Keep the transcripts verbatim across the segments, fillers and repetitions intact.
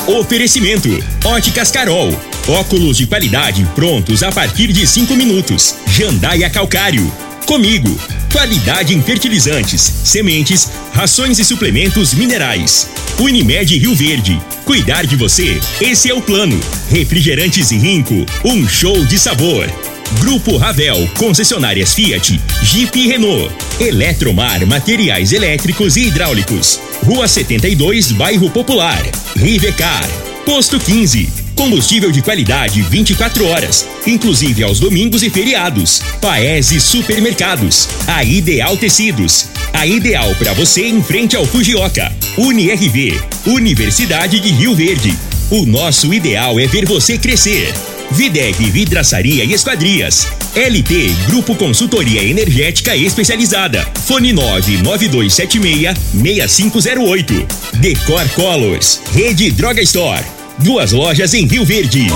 Oferecimento: Óticas Carol. Óculos de qualidade prontos a partir de cinco minutos. Jandaia Calcário. Comigo. Qualidade em fertilizantes, sementes, rações e suplementos minerais. Unimed Rio Verde. Cuidar de você, esse é o plano. Refrigerantes Rinco, um show de sabor. Grupo Ravel, concessionárias Fiat, Jeep e Renault. Eletromar, materiais elétricos e hidráulicos. Rua setenta e dois, Bairro Popular. Rivecar. Posto quinze. Combustível de qualidade vinte e quatro horas, inclusive aos domingos e feriados. Paese Supermercados. A Ideal Tecidos. A ideal para você em frente ao Fujioka. UniRV. Universidade de Rio Verde. O nosso ideal é ver você crescer. Videg Vidraçaria e Esquadrias. L T Grupo Consultoria Energética Especializada. Fone nove nove dois sete seis, seis cinco zero oito. Decor Colors. Rede Droga Store. Duas lojas em Rio Verde.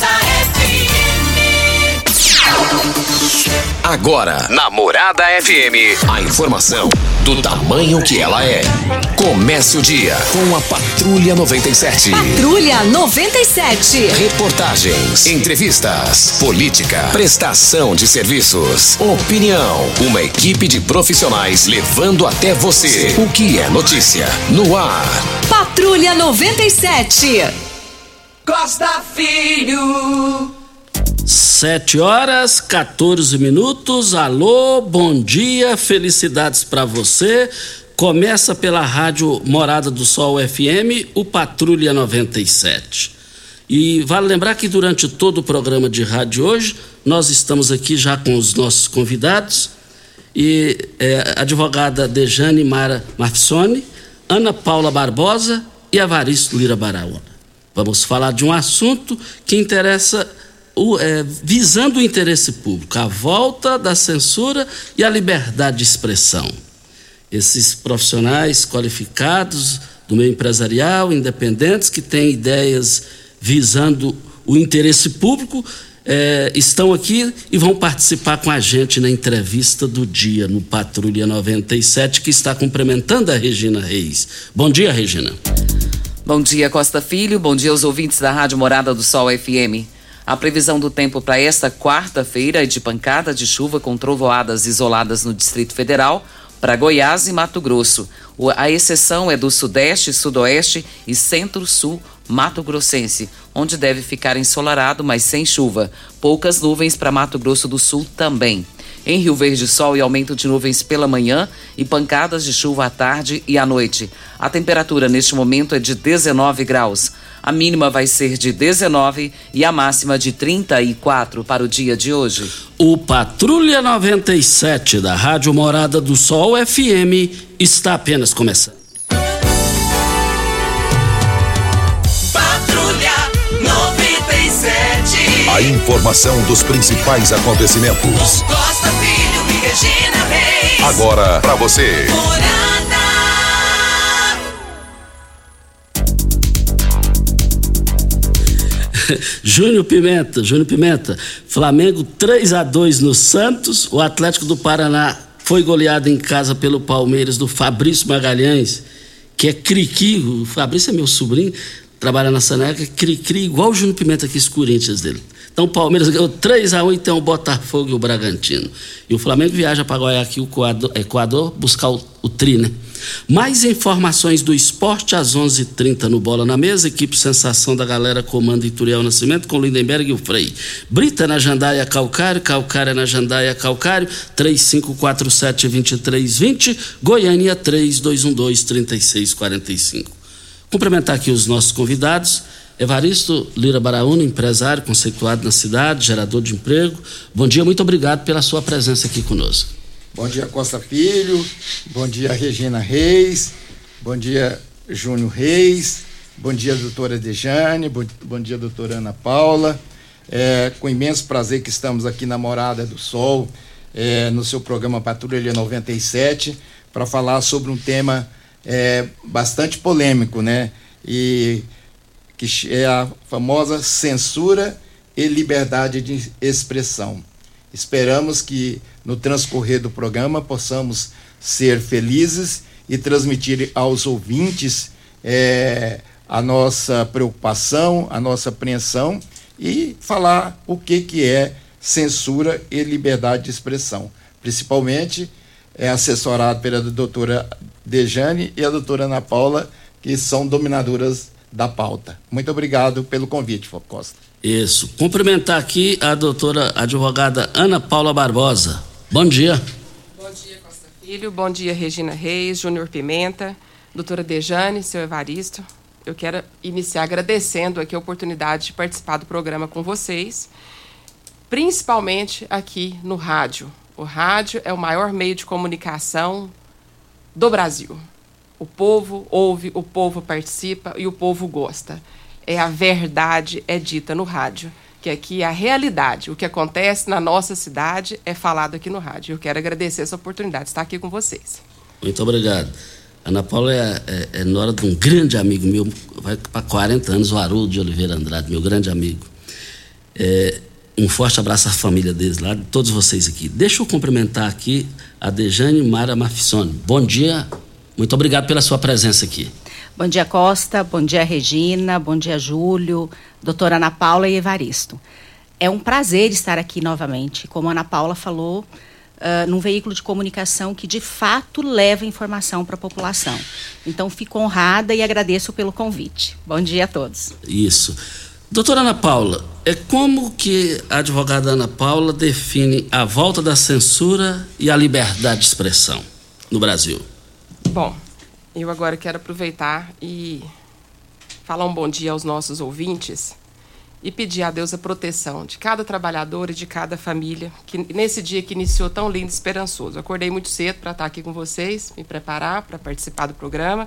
Agora, na Morada F M, a informação do tamanho que ela é. Comece o dia com a Patrulha noventa e sete. Patrulha noventa e sete. Reportagens, entrevistas, política, prestação de serviços, opinião. Uma equipe de profissionais levando até você o que é notícia no ar. Patrulha noventa e sete. Costa Filho. Sete horas, quatorze minutos. Alô, bom dia, felicidades pra você. Começa pela rádio Morada do Sol F M, o Patrulha noventa e sete. E vale lembrar que durante todo o programa de rádio hoje, nós estamos aqui já com os nossos convidados. E é, a advogada Dejane Mara Marfissoni, Ana Paula Barbosa e Evaristo Lira Baraúna. Vamos falar de um assunto que interessa, o, é, visando o interesse público, a volta da censura e a liberdade de expressão. Esses profissionais qualificados do meio empresarial, independentes, que têm ideias visando o interesse público, é, estão aqui e vão participar com a gente na entrevista do dia, no Patrulha noventa e sete, que está cumprimentando a Regina Reis. Bom dia, Regina. Bom dia, Costa Filho. Bom dia aos ouvintes da Rádio Morada do Sol F M. A previsão do tempo para esta quarta-feira é de pancada de chuva com trovoadas isoladas no Distrito Federal, para Goiás e Mato Grosso. A exceção é do Sudeste, Sudoeste e Centro-Sul Mato Grossense, onde deve ficar ensolarado, mas sem chuva. Poucas nuvens para Mato Grosso do Sul também. Em Rio Verde, sol e aumento de nuvens pela manhã e pancadas de chuva à tarde e à noite. A temperatura neste momento é de dezenove graus. A mínima vai ser de dezenove e a máxima de trinta e quatro para o dia de hoje. O Patrulha noventa e sete da Rádio Morada do Sol F M está apenas começando. Patrulha noventa e sete. A informação dos principais acontecimentos. Costa Filho e Regina Reis. Agora pra você. Júnior Pimenta, Júnior Pimenta, Flamengo três a dois no Santos, o Atlético do Paraná foi goleado em casa pelo Palmeiras do Fabrício Magalhães, que é cri-cri, o Fabrício é meu sobrinho, trabalha na Saneca, cri-cri, igual o Júnior Pimenta aqui, esse Corinthians dele. Então o Palmeiras ganhou três a um e tem o Botafogo e o Bragantino. E o Flamengo viaja para Guayaquil, Equador, Equador, buscar o, o tri, né? Mais informações do esporte às onze e trinta no Bola na Mesa. Equipe Sensação da Galera comanda Ituriel Nascimento com o Lindenberg e o Frei. Brita na Jandaia Calcário, Calcária na Jandaia Calcário, três cinco quatro sete, dois três dois zero, Goiânia três dois um dois, três seis quatro cinco. Cumprimentar aqui os nossos convidados. Evaristo Lira Baraúna, empresário conceituado na cidade, gerador de emprego. Bom dia, muito obrigado pela sua presença aqui conosco. Bom dia, Costa Filho. Bom dia, Regina Reis. Bom dia, Júnior Reis. Bom dia, doutora Dejane. Bom, bom dia, doutora Ana Paula. É, com imenso prazer que estamos aqui na Morada do Sol, é, no seu programa Patrulha noventa e sete, para falar sobre um tema é, bastante polêmico, né? E que é a famosa censura e liberdade de expressão. Esperamos que no transcorrer do programa possamos ser felizes e transmitir aos ouvintes é, a nossa preocupação, a nossa apreensão e falar o que, que é censura e liberdade de expressão. Principalmente é assessorado pela doutora Dejane e a doutora Ana Paula, que são dominadoras da pauta. Muito obrigado pelo convite, Costa. Isso. Cumprimentar aqui a doutora advogada Ana Paula Barbosa. Bom dia. Bom dia, Costa Filho. Bom dia, Regina Reis, Júnior Pimenta, doutora Dejane, seu Evaristo. Eu quero iniciar agradecendo aqui a oportunidade de participar do programa com vocês, principalmente aqui no rádio. O rádio é o maior meio de comunicação do Brasil. O povo ouve, o povo participa e o povo gosta. É a verdade é dita no rádio, que aqui é a realidade. O que acontece na nossa cidade é falado aqui no rádio. Eu quero agradecer essa oportunidade de estar aqui com vocês. Muito obrigado. Ana Paula é, é, é nora de um grande amigo meu, vai para quarenta anos, o Haroldo de Oliveira Andrade, meu grande amigo. É, um forte abraço à família deles lá, de todos vocês aqui. Deixa eu cumprimentar aqui a Dejane Mara Mafissoni. Bom dia, muito obrigado pela sua presença aqui. Bom dia, Costa, bom dia, Regina, bom dia, Júlio, doutora Ana Paula e Evaristo. É um prazer estar aqui novamente, como a Ana Paula falou, Uh, num veículo de comunicação que de fato leva informação para a população. Então fico honrada e agradeço pelo convite. Bom dia a todos. Isso. Doutora Ana Paula, é como que a advogada Ana Paula define a volta da censura e a liberdade de expressão no Brasil? Bom, eu agora quero aproveitar e falar um bom dia aos nossos ouvintes e pedir a Deus a proteção de cada trabalhador e de cada família, que nesse dia que iniciou tão lindo e esperançoso. Eu acordei muito cedo para estar aqui com vocês, me preparar para participar do programa.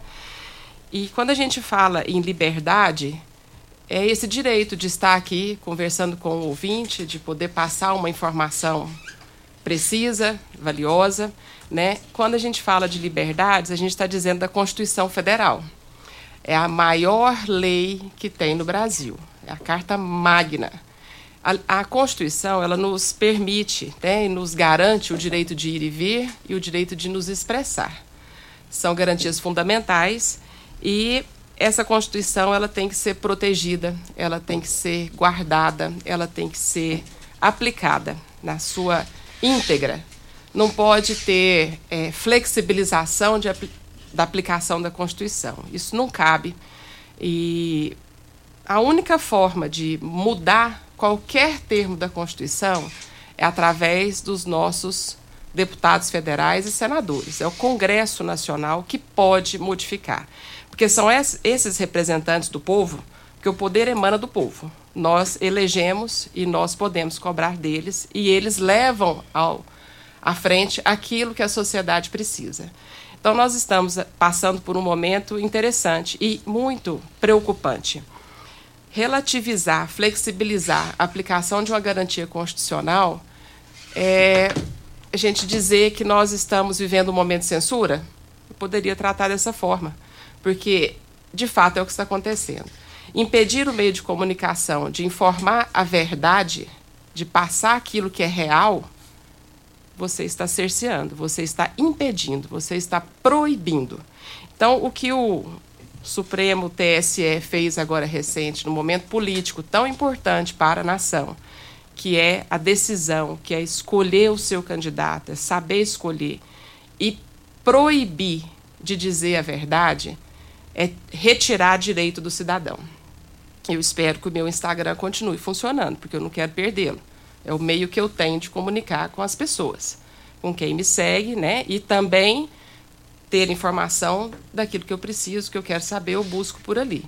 E quando a gente fala em liberdade, é esse direito de estar aqui conversando com o ouvinte, de poder passar uma informação precisa, valiosa, né? Quando a gente fala de liberdades, a gente está dizendo da Constituição Federal. É a maior lei que tem no Brasil. É a Carta Magna. A, a Constituição, ela nos permite, né, e nos garante o direito de ir e vir e o direito de nos expressar. São garantias fundamentais e essa Constituição, ela tem que ser protegida, ela tem que ser guardada, ela tem que ser aplicada na sua íntegra. Não pode ter é, flexibilização de, da aplicação da Constituição. Isso não cabe. E a única forma de mudar qualquer termo da Constituição é através dos nossos deputados federais e senadores. É o Congresso Nacional que pode modificar. Porque são esses representantes do povo, que o poder emana do povo. Nós elegemos e nós podemos cobrar deles e eles levam ao, à frente aquilo que a sociedade precisa. Então, nós estamos passando por um momento interessante e muito preocupante. Relativizar, flexibilizar a aplicação de uma garantia constitucional é a gente dizer que nós estamos vivendo um momento de censura. Eu poderia tratar dessa forma, porque, de fato, é o que está acontecendo. Impedir o meio de comunicação de informar a verdade, de passar aquilo que é real, você está cerceando, você está impedindo, você está proibindo. Então, o que o Supremo T S E fez agora recente, no momento político tão importante para a nação, que é a decisão, que é escolher o seu candidato, é saber escolher e proibir de dizer a verdade, é retirar direito do cidadão. Eu espero que o meu Instagram continue funcionando, porque eu não quero perdê-lo. É o meio que eu tenho de comunicar com as pessoas, com quem me segue, né? E também ter informação daquilo que eu preciso, que eu quero saber, eu busco por ali.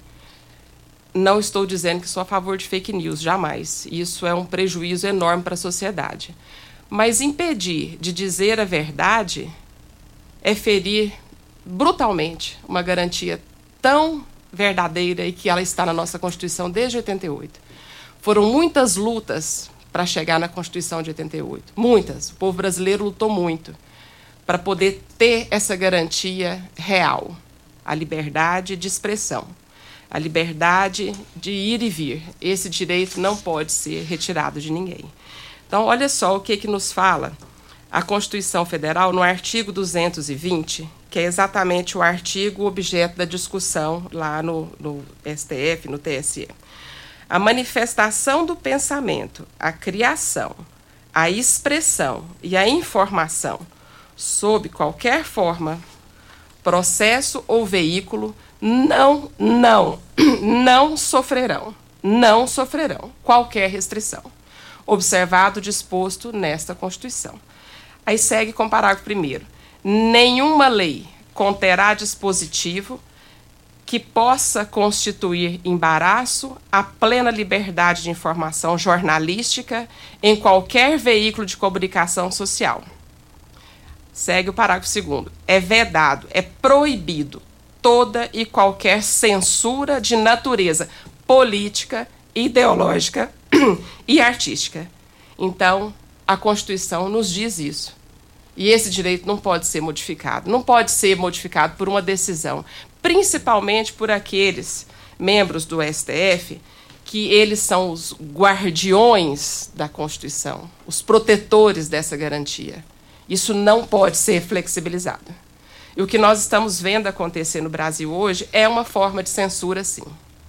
Não estou dizendo que sou a favor de fake news, jamais. Isso é um prejuízo enorme para a sociedade. Mas impedir de dizer a verdade é ferir brutalmente uma garantia tão verdadeira e que ela está na nossa Constituição desde oitenta e oito. Foram muitas lutas para chegar na Constituição de oitenta e oito. Muitas. O povo brasileiro lutou muito para poder ter essa garantia real, a liberdade de expressão, a liberdade de ir e vir. Esse direito não pode ser retirado de ninguém. Então, olha só o que, que nos fala a Constituição Federal no artigo duzentos e vinte, que é exatamente o artigo objeto da discussão lá no, no S T F, no T S E. A manifestação do pensamento, a criação, a expressão e a informação, sob qualquer forma, processo ou veículo, não, não, não sofrerão, não sofrerão qualquer restrição, observado o disposto nesta Constituição. Aí segue com o parágrafo primeiro. Nenhuma lei conterá dispositivo que possa constituir embaraço à plena liberdade de informação jornalística em qualquer veículo de comunicação social. Segue o parágrafo segundo. É vedado, é proibido toda e qualquer censura de natureza política, ideológica e artística. Então, a Constituição nos diz isso. E esse direito não pode ser modificado. Não pode ser modificado por uma decisão, principalmente por aqueles membros do S T F que eles são os guardiões da Constituição, os protetores dessa garantia. Isso não pode ser flexibilizado. E o que nós estamos vendo acontecer no Brasil hoje é uma forma de censura, sim.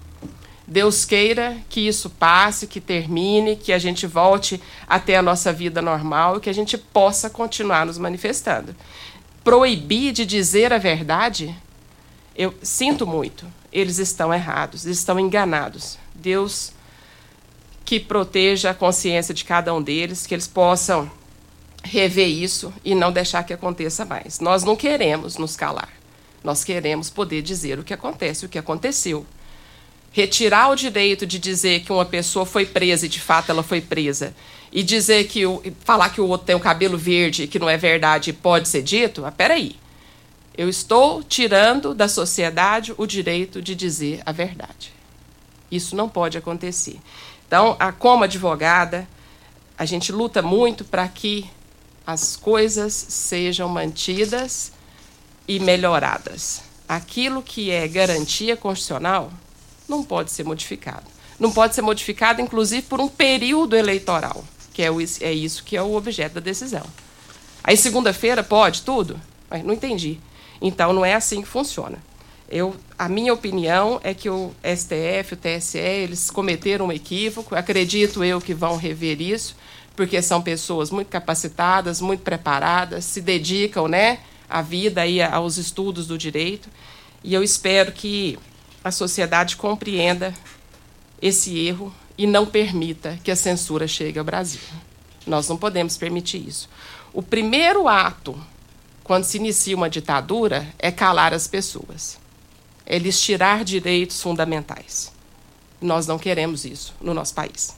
Deus queira que isso passe, que termine, que a gente volte a ter a nossa vida normal e que a gente possa continuar nos manifestando. Proibir de dizer a verdade, eu sinto muito, eles estão errados, eles estão enganados. Deus que proteja a consciência de cada um deles, que eles possam rever isso e não deixar que aconteça mais. Nós não queremos nos calar, nós queremos poder dizer o que acontece, o que aconteceu. Retirar o direito de dizer que uma pessoa foi presa e de fato ela foi presa, e dizer que o, falar que o outro tem o cabelo verde, que não é verdade e pode ser dito, ah, peraí, eu estou tirando da sociedade o direito de dizer a verdade. Isso não pode acontecer. Então, a, como advogada, a gente luta muito para que as coisas sejam mantidas e melhoradas. Aquilo que é garantia constitucional não pode ser modificado. Não pode ser modificado, inclusive, por um período eleitoral, que é, o, é isso que é o objeto da decisão. Aí, segunda-feira, pode tudo? Mas não entendi. Então, não é assim que funciona. Eu, a minha opinião é que o S T F, o T S E, eles cometeram um equívoco. Acredito eu que vão rever isso, porque são pessoas muito capacitadas, muito preparadas, se dedicam, né, à vida e aos estudos do direito. E eu espero que a sociedade compreenda esse erro e não permita que a censura chegue ao Brasil. Nós não podemos permitir isso. O primeiro ato, quando se inicia uma ditadura, é calar as pessoas. É lhes tirar direitos fundamentais. Nós não queremos isso no nosso país.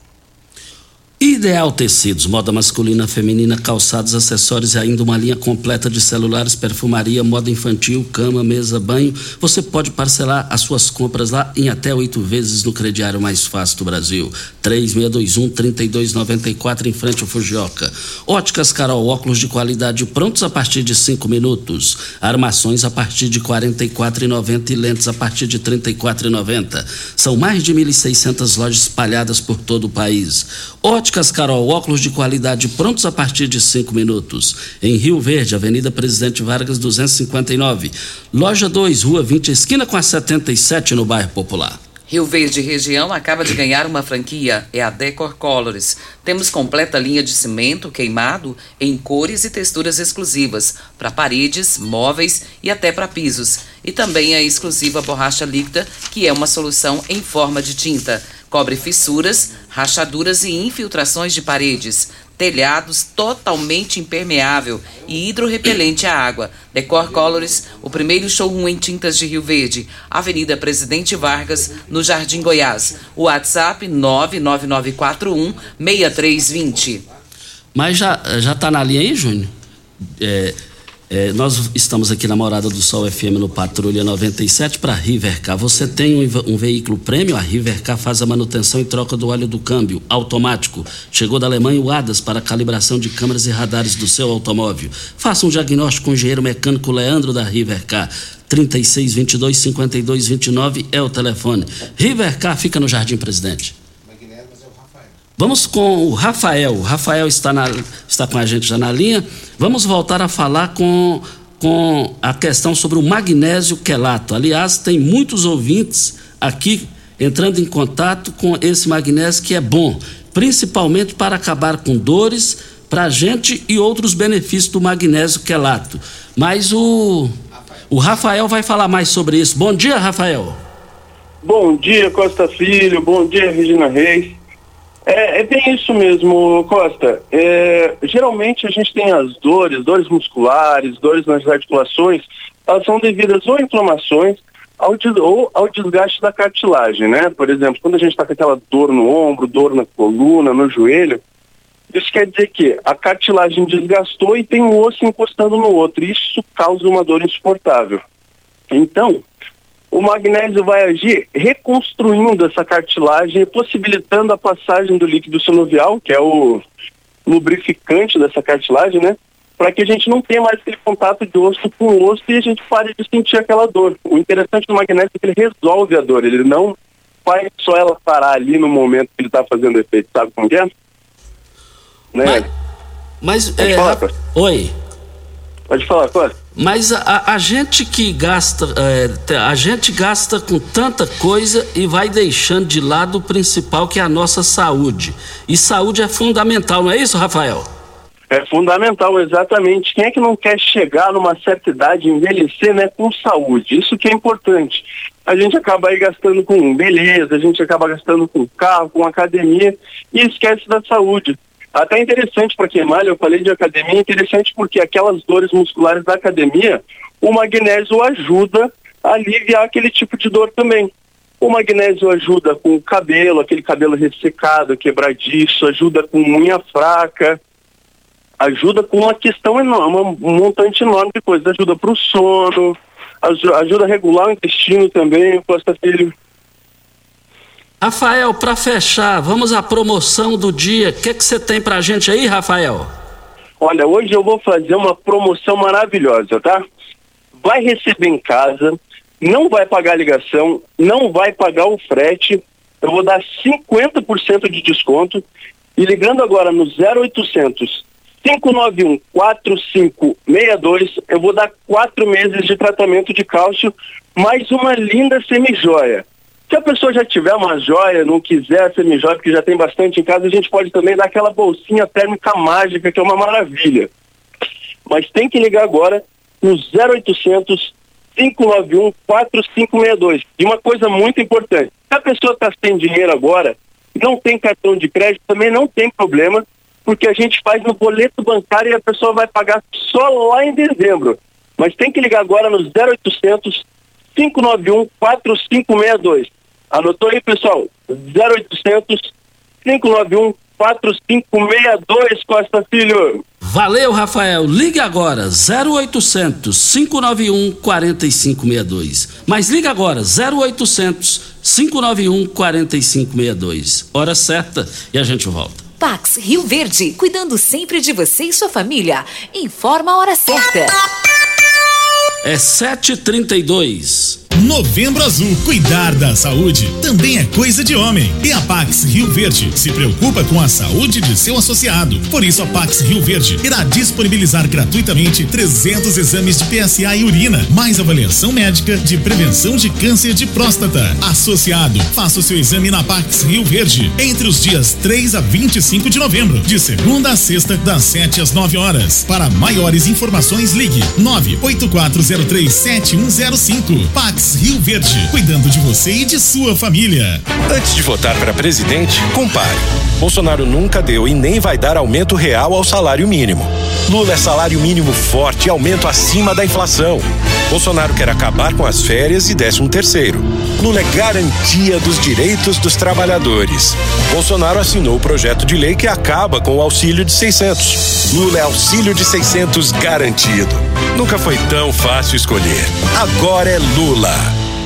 Ideal Tecidos, moda masculina, feminina, calçados, acessórios e ainda uma linha completa de celulares, perfumaria, moda infantil, cama, mesa, banho. Você pode parcelar as suas compras lá em até oito vezes no crediário mais fácil do Brasil. três seis dois um, três dois nove quatro, em frente ao Fujioka. Óticas Carol, óculos de qualidade prontos a partir de cinco minutos. Armações a partir de quarenta e quatro reais e noventa centavos e lentes a partir de trinta e quatro reais e noventa centavos. São mais de mil e seiscentas lojas espalhadas por todo o país. Óticas Carol, óculos de qualidade prontos a partir de cinco minutos. Em Rio Verde, Avenida Presidente Vargas duzentos e cinquenta e nove. Loja dois, Rua vinte, esquina com a setenta e sete, no bairro Popular. Rio Verde Região acaba de ganhar uma franquia, é a Decor Colors. Temos completa linha de cimento queimado em cores e texturas exclusivas para paredes, móveis e até para pisos. E também a exclusiva borracha líquida, que é uma solução em forma de tinta. Cobre fissuras, rachaduras e infiltrações de paredes. Telhados totalmente impermeável e hidrorrepelente à água. Decor Colors, o primeiro showroom em tintas de Rio Verde. Avenida Presidente Vargas, no Jardim Goiás. O WhatsApp nove nove nove quatro um, seis três dois zero. Mas já já tá na linha aí, Júnior? É, é, nós estamos aqui na Morada do Sol F M no Patrulha noventa e sete para Rivercar. Você tem um, um veículo prêmio? A Rivercar faz a manutenção e troca do óleo do câmbio automático. Chegou da Alemanha o A D A S para calibração de câmeras e radares do seu automóvel. Faça um diagnóstico com o engenheiro mecânico Leandro da Rivercar. trinta e seis, vinte e dois, cinquenta e dois, vinte e nove é o telefone. Rivercar fica no Jardim Presidente. Vamos com o Rafael. O Rafael está, na, está com a gente já na linha. Vamos voltar a falar com, com a questão sobre o magnésio quelato. Aliás, tem muitos ouvintes aqui entrando em contato com esse magnésio que é bom, principalmente para acabar com dores, para a gente e outros benefícios do magnésio quelato. Mas o, o Rafael vai falar mais sobre isso. Bom dia, Rafael. Bom dia, Costa Filho. Bom dia, Regina Reis. É, é bem isso mesmo, Costa. É, geralmente a gente tem as dores, dores musculares, dores nas articulações, elas são devidas ou a inflamações ao, ou ao desgaste da cartilagem, né? Por exemplo, quando a gente está com aquela dor no ombro, dor na coluna, no joelho, isso quer dizer que a cartilagem desgastou e tem um osso encostando no outro. Isso causa uma dor insuportável. Então, o magnésio vai agir reconstruindo essa cartilagem, possibilitando a passagem do líquido sinovial, que é o lubrificante dessa cartilagem, né? Para que a gente não tenha mais aquele contato de osso com osso e a gente pare de sentir aquela dor. O interessante do magnésio é que ele resolve a dor, ele não faz só ela parar ali no momento que ele está fazendo efeito, sabe como que é? Né? Mas, mas Pode é, falar, a, oi. Pode falar, Costa. Mas a, a gente que gasta, é, a gente gasta com tanta coisa e vai deixando de lado o principal, que é a nossa saúde. E saúde é fundamental, não é isso, Rafael? É fundamental, exatamente. Quem é que não quer chegar numa certa idade, envelhecer, né, com saúde? Isso que é importante. A gente acaba aí gastando com beleza, a gente acaba gastando com carro, com academia e esquece da saúde. Até interessante para quem malha, eu falei de academia, interessante porque aquelas dores musculares da academia, o magnésio ajuda a aliviar aquele tipo de dor também. O magnésio ajuda com o cabelo, aquele cabelo ressecado, quebradiço, ajuda com unha fraca, ajuda com uma questão enorme, um montante enorme de coisas, ajuda para o sono, ajuda a regular o intestino também, Costa Filho. Rafael, para fechar, vamos à promoção do dia. O que que você tem pra gente aí, Rafael? Olha, hoje eu vou fazer uma promoção maravilhosa, tá? Vai receber em casa, não vai pagar a ligação, não vai pagar o frete. Eu vou dar cinquenta por cento de desconto. E ligando agora no zero oitocentos, cinco nove um, quatro cinco seis dois, eu vou dar quatro meses de tratamento de cálcio, mais uma linda semijoia. Se a pessoa já tiver uma joia, não quiser a semijoia, porque já tem bastante em casa, a gente pode também dar aquela bolsinha térmica mágica, que é uma maravilha. Mas tem que ligar agora no zero oitocentos, cinco nove um, quatro cinco seis dois. E uma coisa muito importante, se a pessoa está sem dinheiro agora, não tem cartão de crédito, também não tem problema, porque a gente faz no boleto bancário e a pessoa vai pagar só lá em dezembro. Mas tem que ligar agora no zero oitocentos, cinco nove um, quatro cinco seis dois. Anotou aí, pessoal? zero oitocentos, cinco nove um, quatro cinco seis dois, Costa Filho. Valeu, Rafael. Ligue agora, zero oitocentos, cinco nove um, quatro cinco seis dois. Mas liga agora, zero oitocentos, cinco nove um, quatro cinco seis dois. Hora certa e a gente volta. Pax Rio Verde, cuidando sempre de você e sua família. Informa a hora certa. É sete e trinta e dois. Novembro Azul, cuidar da saúde também é coisa de homem. E a Pax Rio Verde se preocupa com a saúde de seu associado. Por isso a Pax Rio Verde irá disponibilizar gratuitamente trezentos exames de P S A e urina, mais avaliação médica de prevenção de câncer de próstata. Associado, faça o seu exame na Pax Rio Verde entre os dias três a vinte e cinco de novembro, de segunda a sexta, das sete às nove horas. Para maiores informações, ligue nove oito quatro zero três sete um zero cinco. Pax Rio Verde, cuidando de você e de sua família. Antes de votar para presidente, compare. Bolsonaro nunca deu e nem vai dar aumento real ao salário mínimo. Lula é salário mínimo forte e aumento acima da inflação. Bolsonaro quer acabar com as férias e décimo terceiro. Lula é garantia dos direitos dos trabalhadores. Bolsonaro assinou o projeto de lei que acaba com o auxílio de seiscentos. Lula é auxílio de seiscentos garantido. Nunca foi tão fácil escolher. Agora é Lula.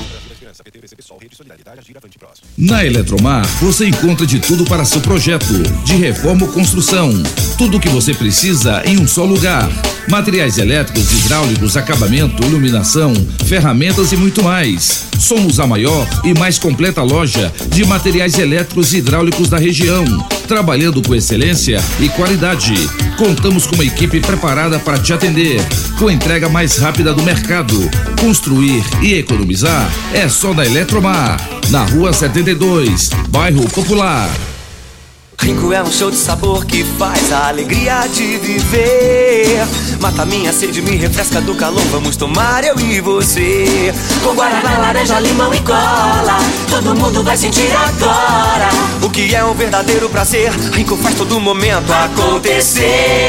Na Eletromar, você encontra de tudo para seu projeto, de reforma ou construção. Tudo o que você precisa em um só lugar. Materiais elétricos, hidráulicos, acabamento, iluminação, ferramentas e muito mais. Somos a maior e mais completa loja de materiais elétricos e hidráulicos da região. trabalhando com excelência e qualidade. Contamos com uma equipe preparada para te atender, com a entrega mais rápida do mercado. Construir e economizar é só da Eletromar, na Rua setenta e dois, Bairro Popular. Rinco é um show de sabor que faz a alegria de viver. Mata minha sede, me refresca do calor. Vamos tomar eu e você. Com guaraná, laranja, limão e cola, todo mundo vai sentir agora o que é um verdadeiro prazer. Rinco faz todo momento acontecer.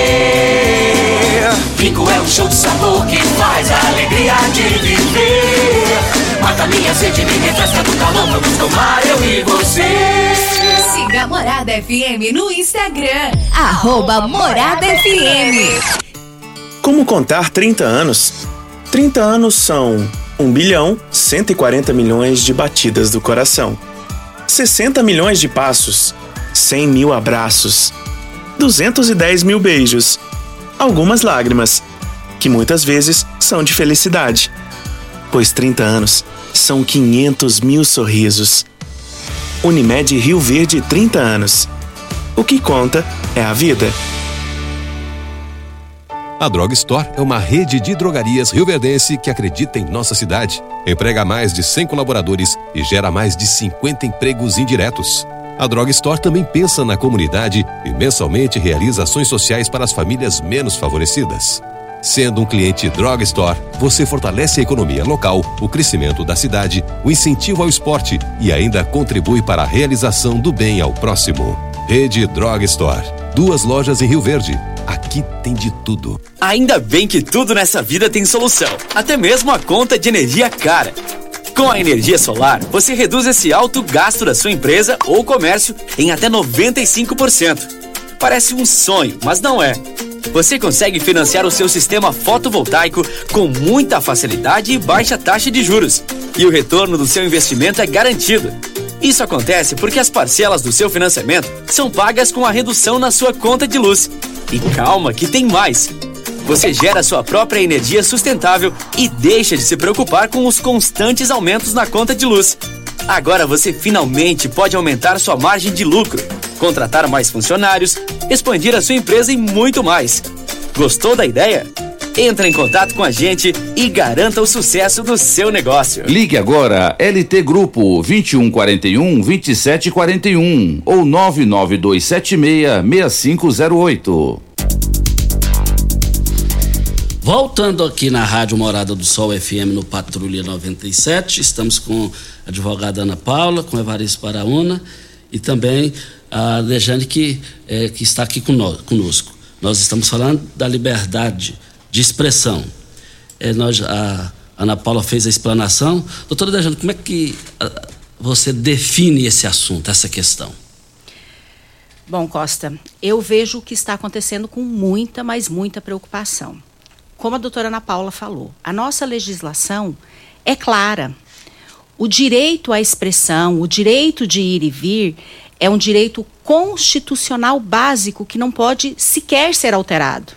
Rinco é um show de sabor que faz a alegria de viver. Mata minha sede, me refresca do calor. Vamos tomar eu e você. Siga a Morada F M no Instagram, arroba Morada F M. Como contar trinta anos? trinta anos são um bilhão, cento e quarenta milhões de batidas do coração, sessenta milhões de passos, cem mil abraços, duzentos e dez mil beijos, algumas lágrimas, que muitas vezes são de felicidade, pois trinta anos são quinhentos mil sorrisos. Unimed Rio Verde, trinta anos. O que conta é a vida. A Drog Store é uma rede de drogarias rioverdense que acredita em nossa cidade, emprega mais de cem colaboradores e gera mais de cinquenta empregos indiretos. A Drog Store também pensa na comunidade e mensalmente realiza ações sociais para as famílias menos favorecidas. Sendo um cliente Drog Store, você fortalece a economia local, o crescimento da cidade, o incentivo ao esporte e ainda contribui para a realização do bem ao próximo. Rede Drog Store. Duas lojas em Rio Verde. Aqui tem de tudo. Ainda bem que tudo nessa vida tem solução. Até mesmo a conta de energia cara. Com a energia solar, você reduz esse alto gasto da sua empresa ou comércio em até noventa e cinco por cento. Parece um sonho, mas não é. Você consegue financiar o seu sistema fotovoltaico com muita facilidade e baixa taxa de juros. E o retorno do seu investimento é garantido. Isso acontece porque as parcelas do seu financiamento são pagas com a redução na sua conta de luz. E calma que tem mais. Você gera sua própria energia sustentável e deixa de se preocupar com os constantes aumentos na conta de luz. Agora você finalmente pode aumentar sua margem de lucro, contratar mais funcionários, expandir a sua empresa e muito mais. Gostou da ideia? Entre em contato com a gente e garanta o sucesso do seu negócio. Ligue agora L T Grupo vinte e um quarenta e um, vinte e sete quarenta e um ou nove nove dois sete seis, seis cinco zero oito. Voltando aqui na Rádio Morada do Sol F M no Patrulha noventa e sete, estamos com a advogada Ana Paula, com Evaristo Paraúna e também a Dejane que, é, que está aqui conosco. Nós estamos falando da liberdade de expressão. É, nós, a Ana Paula fez a explanação. Doutora Dejane, como é que a, você define esse assunto, essa questão? Bom, Costa, eu vejo o que está acontecendo com muita, mas muita preocupação. Como a doutora Ana Paula falou, a nossa legislação é clara. O direito à expressão, o direito de ir e vir, é um direito constitucional básico que não pode sequer ser alterado.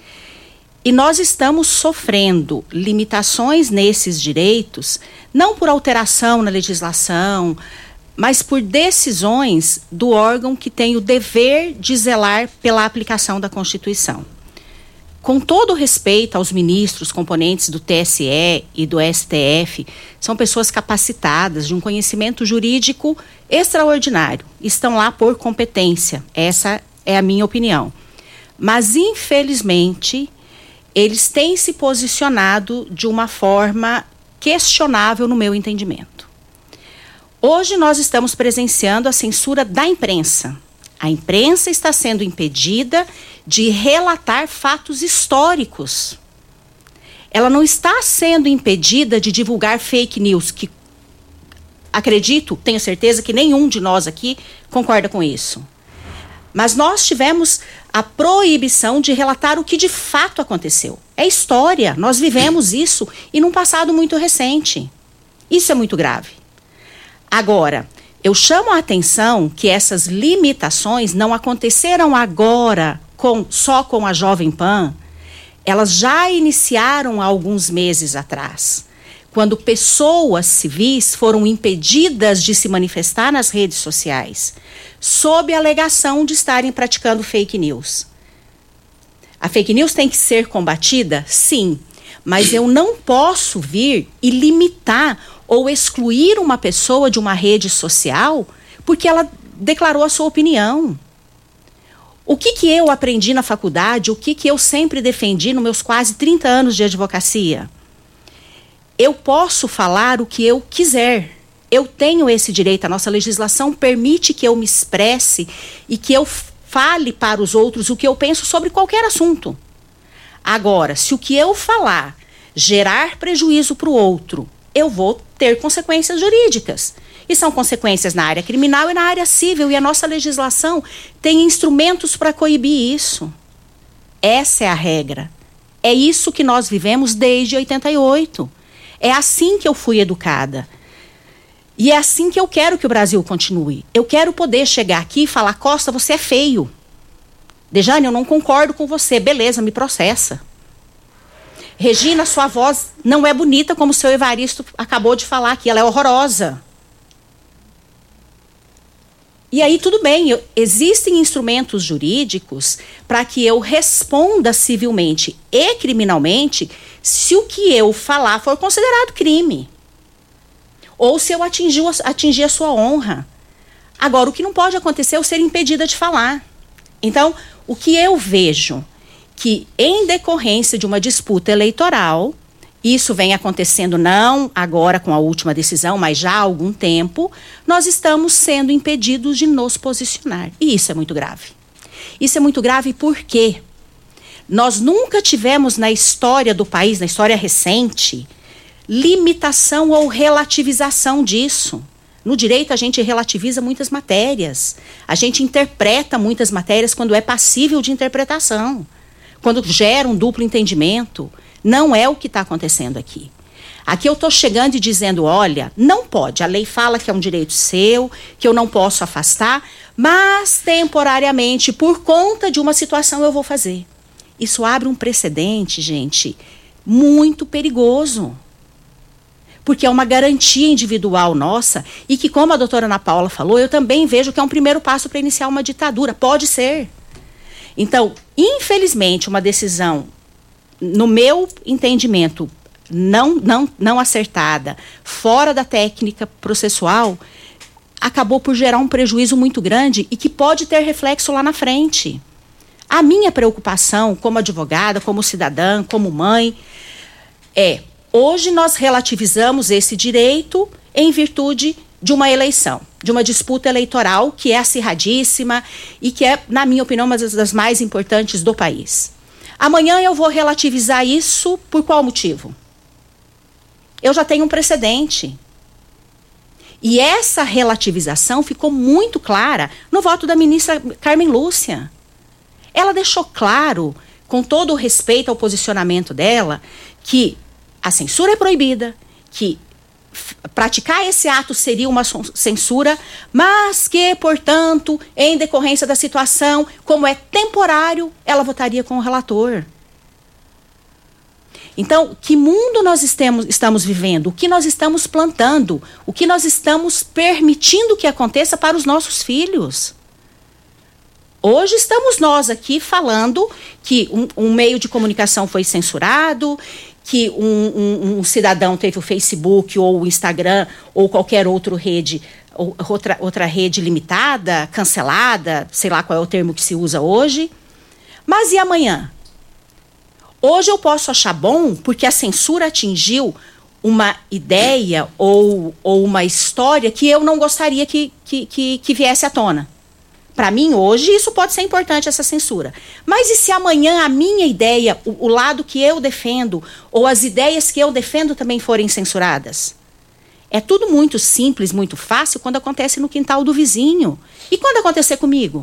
E nós estamos sofrendo limitações nesses direitos, não por alteração na legislação, mas por decisões do órgão que tem o dever de zelar pela aplicação da Constituição. Com todo respeito aos ministros, componentes do T S E e do S T F, são pessoas capacitadas, de um conhecimento jurídico extraordinário. Estão lá por competência, essa é a minha opinião. Mas, infelizmente, eles têm se posicionado de uma forma questionável no meu entendimento. Hoje nós estamos presenciando a censura da imprensa. A imprensa está sendo impedida de relatar fatos históricos. Ela não está sendo impedida de divulgar fake news, que acredito, tenho certeza que nenhum de nós aqui concorda com isso. Mas nós tivemos a proibição de relatar o que de fato aconteceu. É história, nós vivemos isso e num passado muito recente. Isso é muito grave. Agora, eu chamo a atenção que essas limitações não aconteceram agora com, só com a Jovem Pan. Elas já iniciaram há alguns meses atrás. quando pessoas civis foram impedidas de se manifestar nas redes sociais, sob a alegação de estarem praticando fake news. A fake news tem que ser combatida? Sim, mas eu não posso vir e limitar ou excluir uma pessoa de uma rede social porque ela declarou a sua opinião. O que que eu aprendi na faculdade, o que que eu sempre defendi nos meus quase trinta anos de advocacia? Eu posso falar o que eu quiser. Eu tenho esse direito. A nossa legislação permite que eu me expresse e que eu fale para os outros o que eu penso sobre qualquer assunto. Agora, se o que eu falar gerar prejuízo para o outro, eu vou ter consequências jurídicas. E são consequências na área criminal e na área civil. E a nossa legislação tem instrumentos para coibir isso. Essa é a regra. É isso que nós vivemos desde oitenta e oito. É assim que eu fui educada. E é assim que eu quero que o Brasil continue. Eu quero poder chegar aqui e falar: Costa, você é feio. Dejane, eu não concordo com você. Beleza, me processa. Regina, sua voz não é bonita como o seu Evaristo acabou de falar aqui. Ela é horrorosa. E aí tudo bem, eu, existem instrumentos jurídicos para que eu responda civilmente e criminalmente se o que eu falar for considerado crime. Ou se eu atingir, atingir a sua honra. Agora, o que não pode acontecer é eu ser impedida de falar. Então, o que eu vejo que em decorrência de uma disputa eleitoral, isso vem acontecendo não agora com a última decisão, mas já há algum tempo, nós estamos sendo impedidos de nos posicionar. E isso é muito grave. Isso é muito grave porque nós nunca tivemos na história do país, na história recente, limitação ou relativização disso. No direito a gente relativiza muitas matérias. A gente interpreta muitas matérias quando é passível de interpretação. Quando gera um duplo entendimento. Não é o que está acontecendo aqui. Aqui eu estou chegando e dizendo: olha, não pode. A lei fala que é um direito seu, que eu não posso afastar, mas temporariamente, por conta de uma situação, eu vou fazer. Isso abre um precedente, gente, muito perigoso. Porque é uma garantia individual nossa e que, como a doutora Ana Paula falou, eu também vejo que é um primeiro passo para iniciar uma ditadura. Pode ser. Então, infelizmente, uma decisão, no meu entendimento, não, não, não acertada, fora da técnica processual, acabou por gerar um prejuízo muito grande e que pode ter reflexo lá na frente. A minha preocupação como advogada, como cidadã, como mãe, é: hoje nós relativizamos esse direito em virtude de uma eleição, de uma disputa eleitoral que é acirradíssima e que é, na minha opinião, uma das mais importantes do país. Amanhã eu vou relativizar isso por qual motivo? Eu já tenho um precedente. E essa relativização ficou muito clara no voto da ministra Carmen Lúcia. Ela deixou claro, com todo o respeito ao posicionamento dela, que a censura é proibida, que praticar esse ato seria uma censura, mas que, portanto, em decorrência da situação, como é temporário, ela votaria com o relator. Então, que mundo nós estamos, estamos vivendo? O que nós estamos plantando? O que nós estamos permitindo que aconteça para os nossos filhos? Hoje estamos nós aqui falando que um, um meio de comunicação foi censurado, que um, um, um cidadão teve o Facebook ou o Instagram ou qualquer outra rede, ou outra, outra rede limitada, cancelada, sei lá qual é o termo que se usa hoje. Mas e amanhã? Hoje eu posso achar bom porque a censura atingiu uma ideia ou, ou uma história que eu não gostaria que, que, que, que viesse à tona. Para mim, hoje, isso pode ser importante, essa censura. Mas e se amanhã a minha ideia, o, o lado que eu defendo, ou as ideias que eu defendo também forem censuradas? É tudo muito simples, muito fácil quando acontece no quintal do vizinho. E quando acontecer comigo?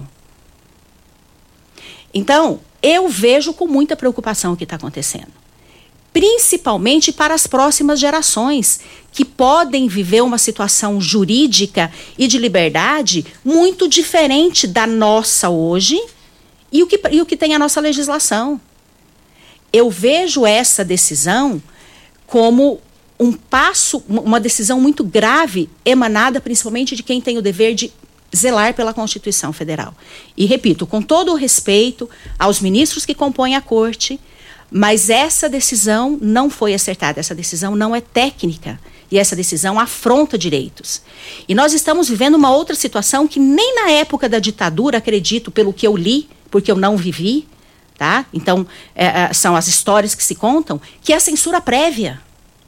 Então, eu vejo com muita preocupação o que está acontecendo. Principalmente para as próximas gerações, que podem viver uma situação jurídica e de liberdade muito diferente da nossa hoje e o que, e o que tem a nossa legislação. Eu vejo essa decisão como um passo, uma decisão muito grave, emanada principalmente de quem tem o dever de zelar pela Constituição Federal. E repito, com todo o respeito aos ministros que compõem a Corte, mas essa decisão não foi acertada, essa decisão não é técnica e essa decisão afronta direitos. E nós estamos vivendo uma outra situação que nem na época da ditadura, acredito, pelo que eu li, porque eu não vivi, tá? Então, é, são as histórias que se contam, que é a censura prévia.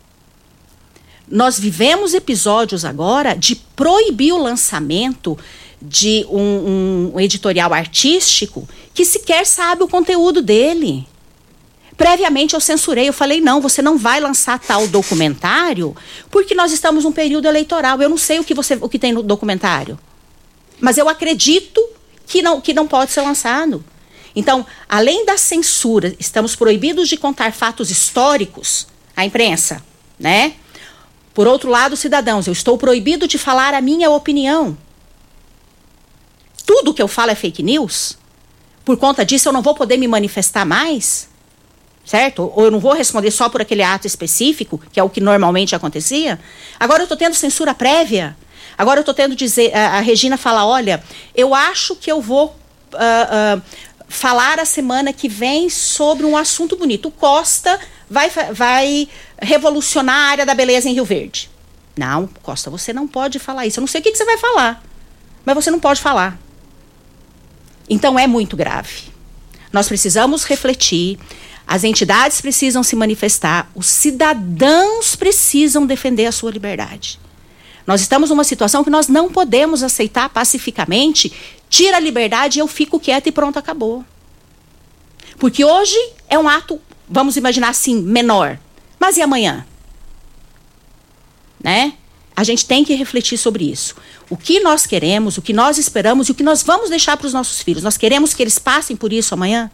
Nós vivemos episódios agora de proibir o lançamento de um, um editorial artístico que sequer sabe o conteúdo dele. Previamente eu censurei, eu falei, não, você não vai lançar tal documentário porque nós estamos num período eleitoral. Eu não sei o que, você, o que tem no documentário, mas eu acredito que não, que não pode ser lançado. Então, além da censura, estamos proibidos de contar fatos históricos à imprensa, né? Por outro lado, cidadãos, eu estou proibido de falar a minha opinião. Tudo que eu falo é fake news. Por conta disso, eu não vou poder me manifestar mais, certo? Ou eu não vou responder só por aquele ato específico, que é o que normalmente acontecia. Agora eu estou tendo censura prévia. Agora eu estou tendo dizer, a, a Regina fala, olha, eu acho que eu vou uh, uh, falar a semana que vem sobre um assunto bonito. O Costa vai, vai revolucionar a área da beleza em Rio Verde. Não, Costa, você não pode falar isso. Eu não sei o que, que você vai falar, mas você não pode falar. Então é muito grave. Nós precisamos refletir, as entidades precisam se manifestar, os cidadãos precisam defender a sua liberdade. Nós estamos numa situação que nós não podemos aceitar pacificamente, tira a liberdade e eu fico quieta e pronto, acabou. Porque hoje é um ato, vamos imaginar assim, menor. Mas e amanhã? Né? A gente tem que refletir sobre isso. O que nós queremos, o que nós esperamos e o que nós vamos deixar para os nossos filhos. Nós queremos que eles passem por isso amanhã?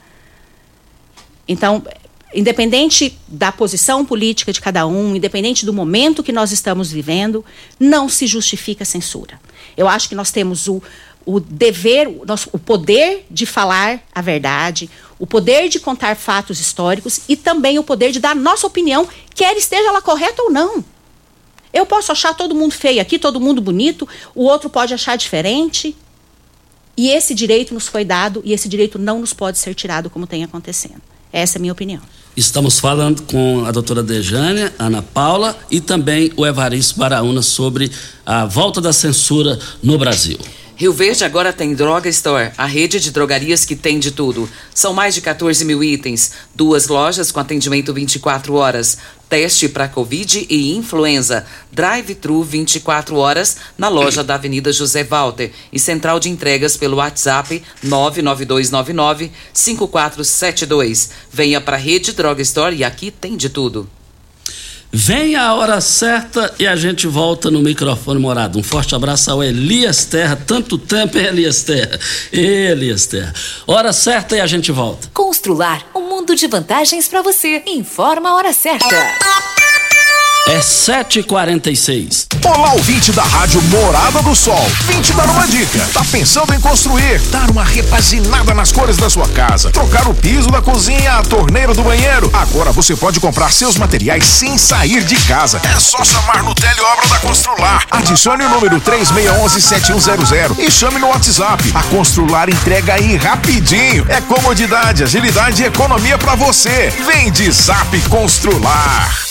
Então, independente da posição política de cada um, independente do momento que nós estamos vivendo, não se justifica a censura. Eu acho que nós temos o, o dever, o, nosso, o poder de falar a verdade, o poder de contar fatos históricos e também o poder de dar a nossa opinião, quer esteja ela correta ou não. Eu posso achar todo mundo feio aqui, todo mundo bonito, o outro pode achar diferente. E esse direito nos foi dado e esse direito não nos pode ser tirado como tem acontecendo. Essa é a minha opinião. Estamos falando com a doutora Dejânia, Ana Paula e também o Evaristo Baraúna sobre a volta da censura no Brasil. Rio Verde agora tem Droga Store, a rede de drogarias que tem de tudo. São mais de quatorze mil itens, duas lojas com atendimento vinte e quatro horas, teste para Covid e influenza, drive-thru vinte e quatro horas na loja da Avenida José Walter e central de entregas pelo WhatsApp nove nove dois nove nove cinco quatro sete dois. Venha para a rede Droga Store e aqui tem de tudo. Vem a hora certa e a gente volta no microfone Morada. Um forte abraço ao Elias Terra. Tanto tempo, hein, Elias Terra? Elias Terra. Hora certa e a gente volta. Constrular um mundo de vantagens para você. Informa a hora certa. É sete e quarenta e seis. Olá, ouvinte da Rádio Morada do Sol. Vim te dar uma dica. Tá pensando em construir, dar uma repaginada nas cores da sua casa, trocar o piso da cozinha, a torneira do banheiro? Agora você pode comprar seus materiais sem sair de casa. É só chamar no Teleobra da Constrular. Adicione o número três seis um um sete um zero zero e chame no WhatsApp. A Constrular entrega aí rapidinho. É comodidade, agilidade e economia pra você. Vem de Zap Constrular.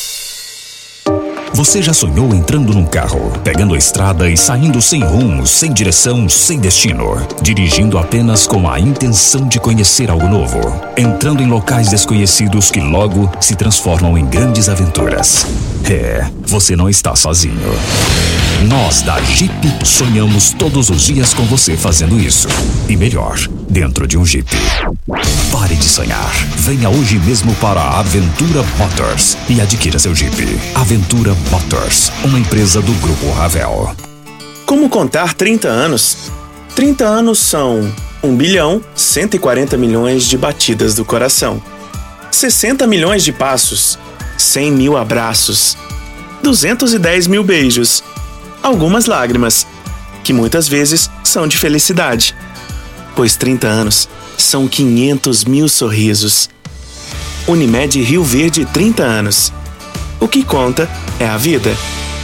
Você já sonhou entrando num carro, pegando a estrada e saindo sem rumo, sem direção, sem destino, dirigindo apenas com a intenção de conhecer algo novo, entrando em locais desconhecidos que logo se transformam em grandes aventuras? É, você não está sozinho. Nós da Jeep sonhamos todos os dias com você fazendo isso. E melhor, dentro de um Jeep. Pare de sonhar. Venha hoje mesmo para a Aventura Motors e adquira seu Jeep. Aventura Motors, uma empresa do Grupo Ravel. Como contar trinta anos? trinta anos são um bilhão cento e quarenta milhões de batidas do coração, sessenta milhões de passos, cem mil abraços, duzentos e dez mil beijos, algumas lágrimas, que muitas vezes são de felicidade, pois trinta anos são quinhentos mil sorrisos. Unimed Rio Verde, trinta anos. O que conta é a vida.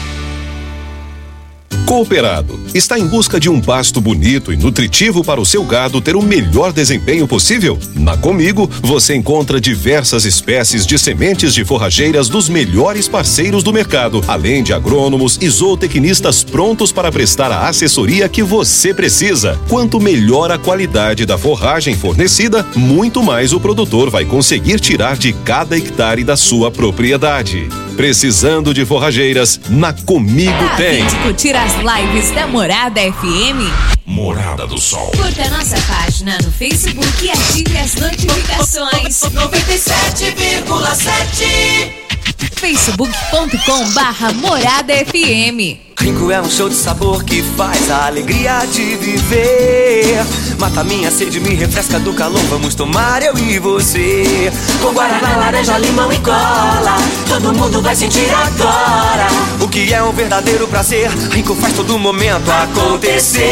Cooperado está em busca de um pasto bonito e nutritivo para o seu gado ter o melhor desempenho possível? Na Comigo, você encontra diversas espécies de sementes de forrageiras dos melhores parceiros do mercado, além de agrônomos e zootecnistas prontos para prestar a assessoria que você precisa. Quanto melhor a qualidade da forragem fornecida, muito mais o produtor vai conseguir tirar de cada hectare da sua propriedade. Precisando de forrageiras? Na Comigo Pra tem. discutir as lives da Morada F M. Morada do Sol. Curta nossa página no Facebook e ative as notificações. noventa e sete vírgula sete facebook ponto com barra Morada F M. Rinco é um show de sabor que faz a alegria de viver. Mata minha sede, me refresca do calor. Vamos tomar eu e você. Com guaraná, laranja, limão e cola, todo mundo vai sentir agora o que é um verdadeiro prazer. Rinco faz todo momento acontecer.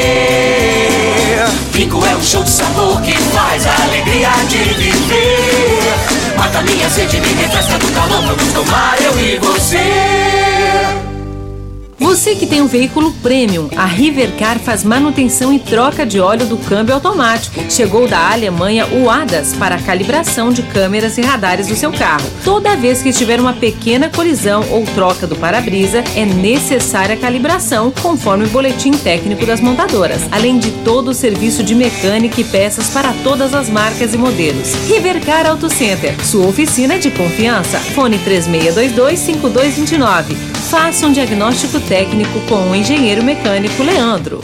Rinco é um show de sabor que faz a alegria de viver. Mata minha sede, me refresca do calor. Vamos tomar eu e você. Você que tem um veículo premium, a Rivercar faz manutenção e troca de óleo do câmbio automático. Chegou da Alemanha o A D A S para a calibração de câmeras e radares do seu carro. Toda vez que tiver uma pequena colisão ou troca do para-brisa, é necessária a calibração, conforme o boletim técnico das montadoras, além de todo o serviço de mecânica e peças para todas as marcas e modelos. Rivercar Auto Center, sua oficina de confiança. Fone três seis dois dois, cinco dois dois nove. Faça um diagnóstico técnico com o engenheiro mecânico Leandro.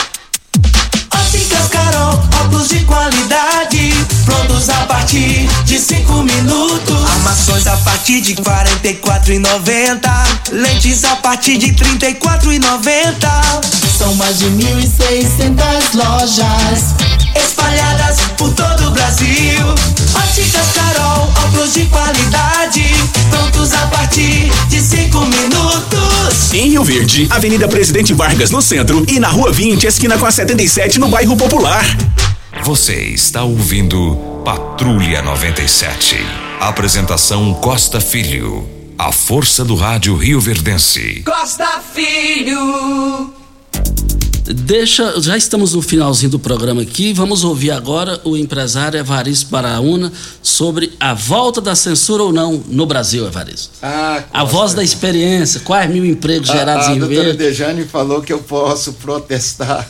Óticas Carol, óculos de qualidade, prontos a partir de cinco minutos. Armações a partir de quarenta e quatro reais e noventa centavos. Lentes a partir de trinta e quatro reais e noventa centavos. São mais de mil e seiscentas lojas espalhadas por todo o Brasil. Óticas Carol, óculos de qualidade, prontos a partir de cinco minutos. Em Rio Verde, Avenida Presidente Vargas no centro e na Rua vinte, esquina com a setenta e sete no bairro Popular. Você está ouvindo Patrulha noventa e sete. Apresentação Costa Filho. A força do rádio rioverdense. Costa Filho. Deixa, já estamos no finalzinho do programa aqui, vamos ouvir agora o empresário Evaristo Baraúna sobre a volta da censura ou não no Brasil, Evaristo. Ah, a voz da experiência, quais mil empregos a, gerados a em Rio Verde. A doutora Dejane falou que eu posso protestar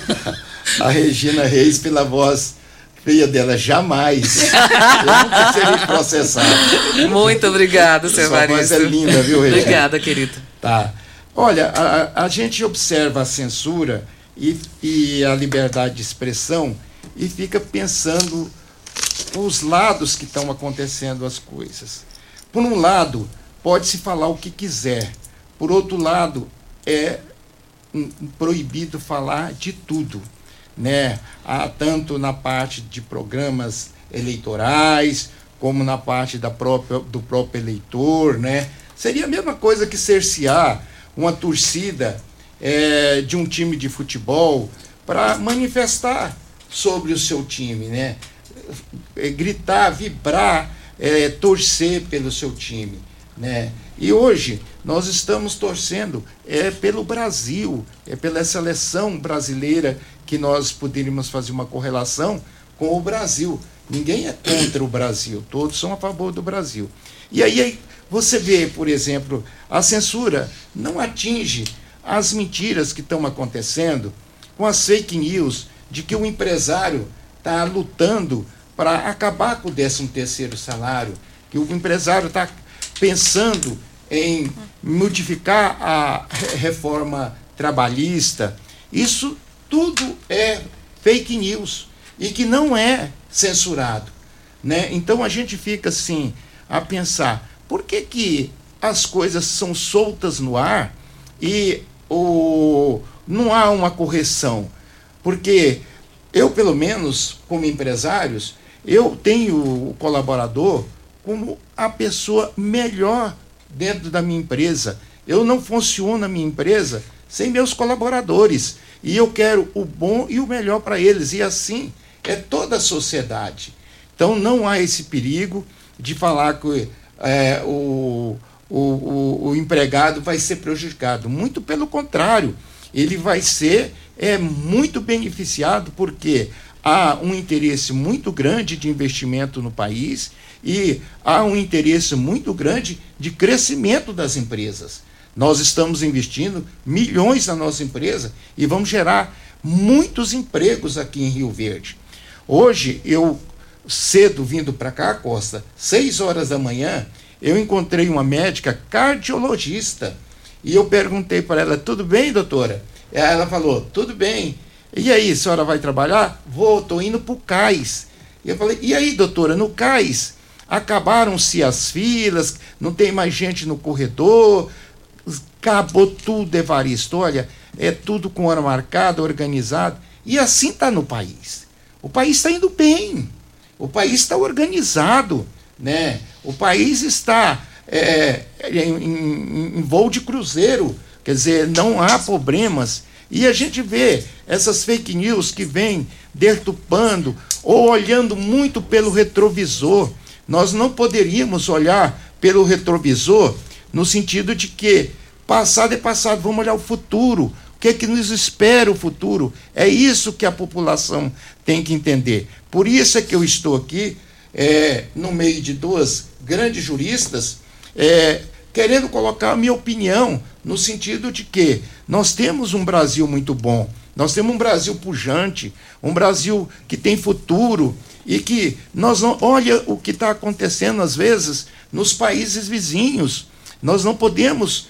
a Regina Reis pela voz feia dela, jamais. Eu nunca serei processado. Muito obrigado, seu Evaristo. Sua voz é linda, viu, Regina? Obrigada, querido. Tá. Olha, a, a gente observa a censura e, e a liberdade de expressão e fica pensando os lados que estão acontecendo as coisas. Por um lado, pode-se falar o que quiser. Por outro lado, é proibido falar de tudo, né? Há, tanto na parte de programas eleitorais, como na parte da própria, do próprio eleitor, né? Seria a mesma coisa que cercear uma torcida é, de um time de futebol para manifestar sobre o seu time, né? É, gritar, vibrar, é, torcer pelo seu time, né? E hoje nós estamos torcendo é, pelo Brasil, é pela seleção brasileira que nós poderíamos fazer uma correlação com o Brasil. Ninguém é contra o Brasil, todos são a favor do Brasil. E aí, aí você vê, por exemplo, a censura não atinge as mentiras que estão acontecendo com as fake news de que o empresário está lutando para acabar com o décimo terceiro salário, que o empresário está pensando em modificar a reforma trabalhista. Isso tudo é fake news e que não é censurado, né? Então a gente fica assim a pensar, por que que as coisas são soltas no ar e o, não há uma correção? Porque eu, pelo menos, como empresários, eu tenho o colaborador como a pessoa melhor dentro da minha empresa. Eu não funciono a minha empresa sem meus colaboradores. E eu quero o bom e o melhor para eles. E assim é toda a sociedade. Então não há esse perigo de falar que é, o, o, o, o empregado vai ser prejudicado. Muito pelo contrário, ele vai ser é, muito beneficiado, porque há um interesse muito grande de investimento no país e há um interesse muito grande de crescimento das empresas. Nós estamos investindo milhões na nossa empresa e vamos gerar muitos empregos aqui em Rio Verde. Hoje, eu, cedo vindo para cá, Costa, seis horas da manhã, eu encontrei uma médica cardiologista e eu perguntei para ela, tudo bem, doutora? Ela falou, tudo bem. E aí, a senhora vai trabalhar? Vou, estou indo para o cais. E eu falei, e aí, doutora, no cais, acabaram-se as filas, não tem mais gente no corredor, acabou tudo, Evaristo, olha, é tudo com hora marcada, organizado, e assim está no país. O país está indo bem, o país está organizado, né? O país está é, em, em, em voo de cruzeiro, quer dizer, não há problemas. E a gente vê essas fake news que vêm deturpando ou olhando muito pelo retrovisor. Nós não poderíamos olhar pelo retrovisor no sentido de que passado é passado, vamos olhar o futuro. O que é que nos espera o futuro? É isso que a população tem que entender. Por isso é que eu estou aqui, é, no meio de duas grandes juristas, é, querendo colocar a minha opinião no sentido de que nós temos um Brasil muito bom, nós temos um Brasil pujante, um Brasil que tem futuro e que nós não... Olha o que está acontecendo às vezes nos países vizinhos. Nós não podemos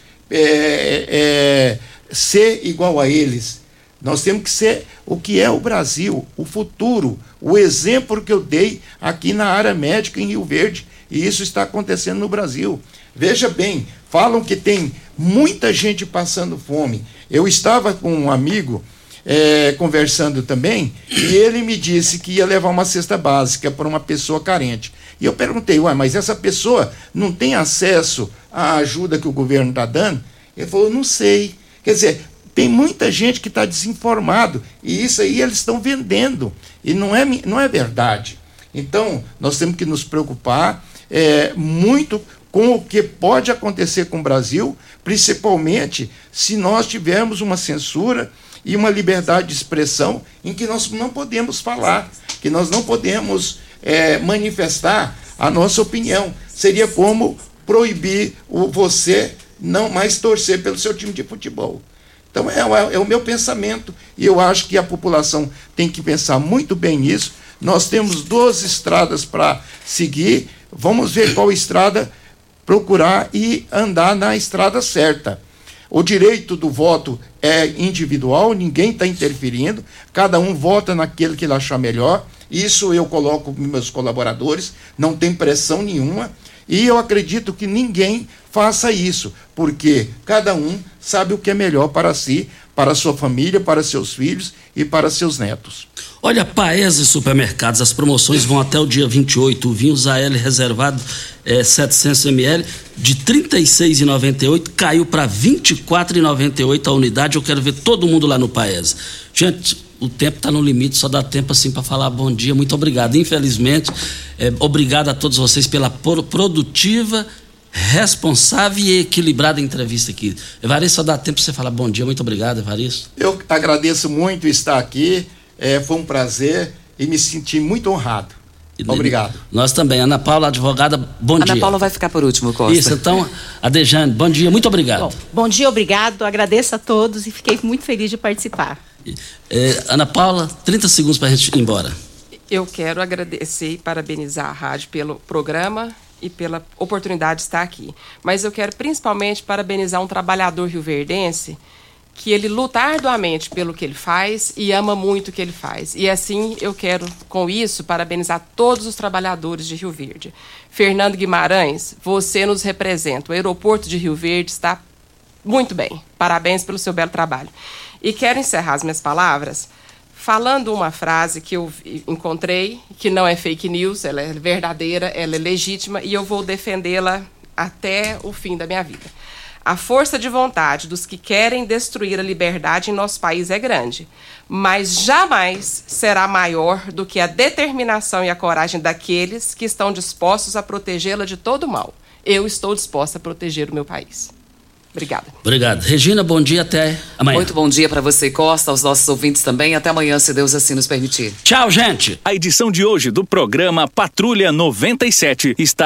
é, é, ser igual a eles. Nós temos que ser o que é o Brasil, o futuro, o exemplo que eu dei aqui na área médica em Rio Verde, e isso está acontecendo no Brasil. Veja bem, falam que tem muita gente passando fome. Eu estava com um amigo é, conversando também, e ele me disse que ia levar uma cesta básica para uma pessoa carente. E eu perguntei, ué, mas essa pessoa não tem acesso à ajuda que o governo está dando? Ele falou, não sei. Quer dizer, tem muita gente que está desinformado, e isso aí eles estão vendendo, e não é, não é verdade. Então, nós temos que nos preocupar é, muito com o que pode acontecer com o Brasil, principalmente se nós tivermos uma censura e uma liberdade de expressão em que nós não podemos falar, que nós não podemos é, manifestar a nossa opinião. Seria como proibir o, você não mais torcer pelo seu time de futebol. Então é, é, é o meu pensamento, e eu acho que a população tem que pensar muito bem nisso. Nós temos duas estradas para seguir, vamos ver qual estrada procurar e andar na estrada certa. O direito do voto é individual, ninguém está interferindo, cada um vota naquele que ele achar melhor. Isso eu coloco com meus colaboradores, não tem pressão nenhuma, e eu acredito que ninguém faça isso, porque cada um sabe o que é melhor para si, para a sua família, para seus filhos e para seus netos. Olha, Paese Supermercados, as promoções vão até o dia vinte e oito. O vinho Zael reservado é, setecentos mililitros de trinta e seis reais e noventa e oito centavos caiu para vinte e quatro reais e noventa e oito centavos a unidade. Eu quero ver todo mundo lá no Paese. Gente, o tempo está no limite, só dá tempo assim para falar bom dia. Muito obrigado. Infelizmente, é, obrigado a todos vocês pela produtiva, responsável e equilibrada entrevista aqui. Evaristo, só dá tempo para você falar bom dia. Muito obrigado, Evaristo. Eu agradeço muito estar aqui. É, foi um prazer e me senti muito honrado. Obrigado. Nós também. Ana Paula, advogada, bom Ana dia. Ana Paula vai ficar por último, Costa. Isso, então, a Dejane, bom dia, muito obrigado. Bom, bom dia, obrigado, agradeço a todos e fiquei muito feliz de participar. É, Ana Paula, trinta segundos para a gente ir embora. Eu quero agradecer e parabenizar a rádio pelo programa e pela oportunidade de estar aqui. Mas eu quero principalmente parabenizar um trabalhador rioverdense que ele luta arduamente pelo que ele faz e ama muito o que ele faz. E assim eu quero, com isso, parabenizar todos os trabalhadores de Rio Verde. Fernando Guimarães, você nos representa. O aeroporto de Rio Verde está muito bem. Parabéns pelo seu belo trabalho. E quero encerrar as minhas palavras falando uma frase que eu encontrei, que não é fake news, ela é verdadeira, ela é legítima, e eu vou defendê-la até o fim da minha vida. A força de vontade dos que querem destruir a liberdade em nosso país é grande, mas jamais será maior do que a determinação e a coragem daqueles que estão dispostos a protegê-la de todo mal. eu estou disposta a proteger o meu país. Obrigada. Obrigado. Regina, bom dia, até amanhã. Muito bom dia para você, Costa, aos nossos ouvintes também. Até amanhã, se Deus assim nos permitir. Tchau, gente. A edição de hoje do programa Patrulha noventa e sete está